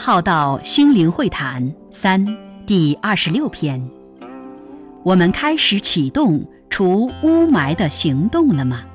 浩道心灵会谈3第26篇，我们开始启动除雾霾的行动了吗？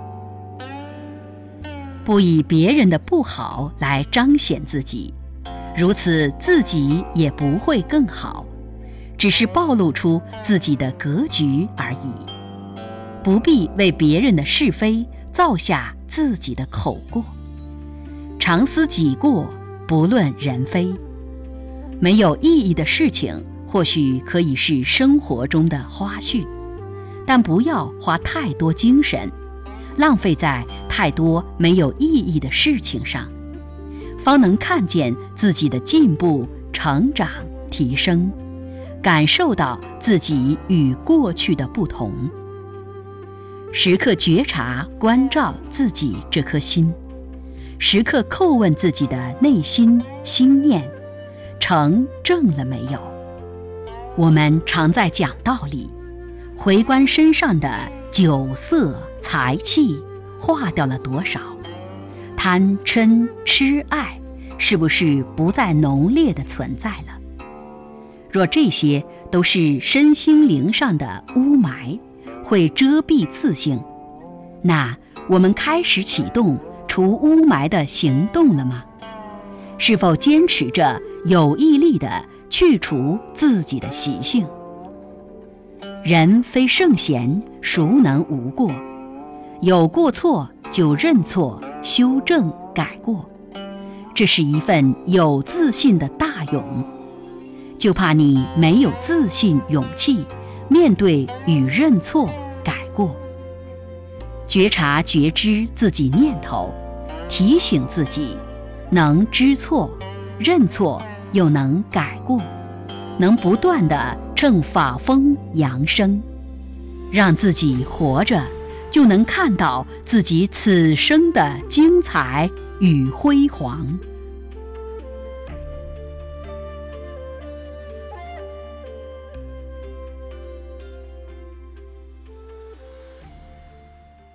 不以别人的不好来彰显自己，如此自己也不会更好，只是暴露出自己的格局而已，不必为别人的是非造下自己的口过。常思己过，不论人非。没有意义的事情或许可以是生活中的花絮，但不要花太多精神浪费在太多没有意义的事情上，方能看见自己的进步、成长、提升，感受到自己与过去的不同。时刻觉察关照自己这颗心，时刻叩问自己的内心心念成正了没有。我们常在讲道理，回观身上的酒色财气化掉了多少，贪嗔痴爱是不是不再浓烈的存在了？若这些都是身心灵上的雾霾，会遮蔽自性，那我们开始启动除雾霾的行动了吗？是否坚持着有毅力地去除自己的习性？人非圣贤，孰能无过？有过错就认错、修正、改过，这是一份有自信的大勇。就怕你没有自信、勇气面对与认错、改过。觉察觉知自己念头，提醒自己能知错、认错，又能改过，能不断地乘法风扬升，让自己活着就能看到自己此生的精彩与辉煌。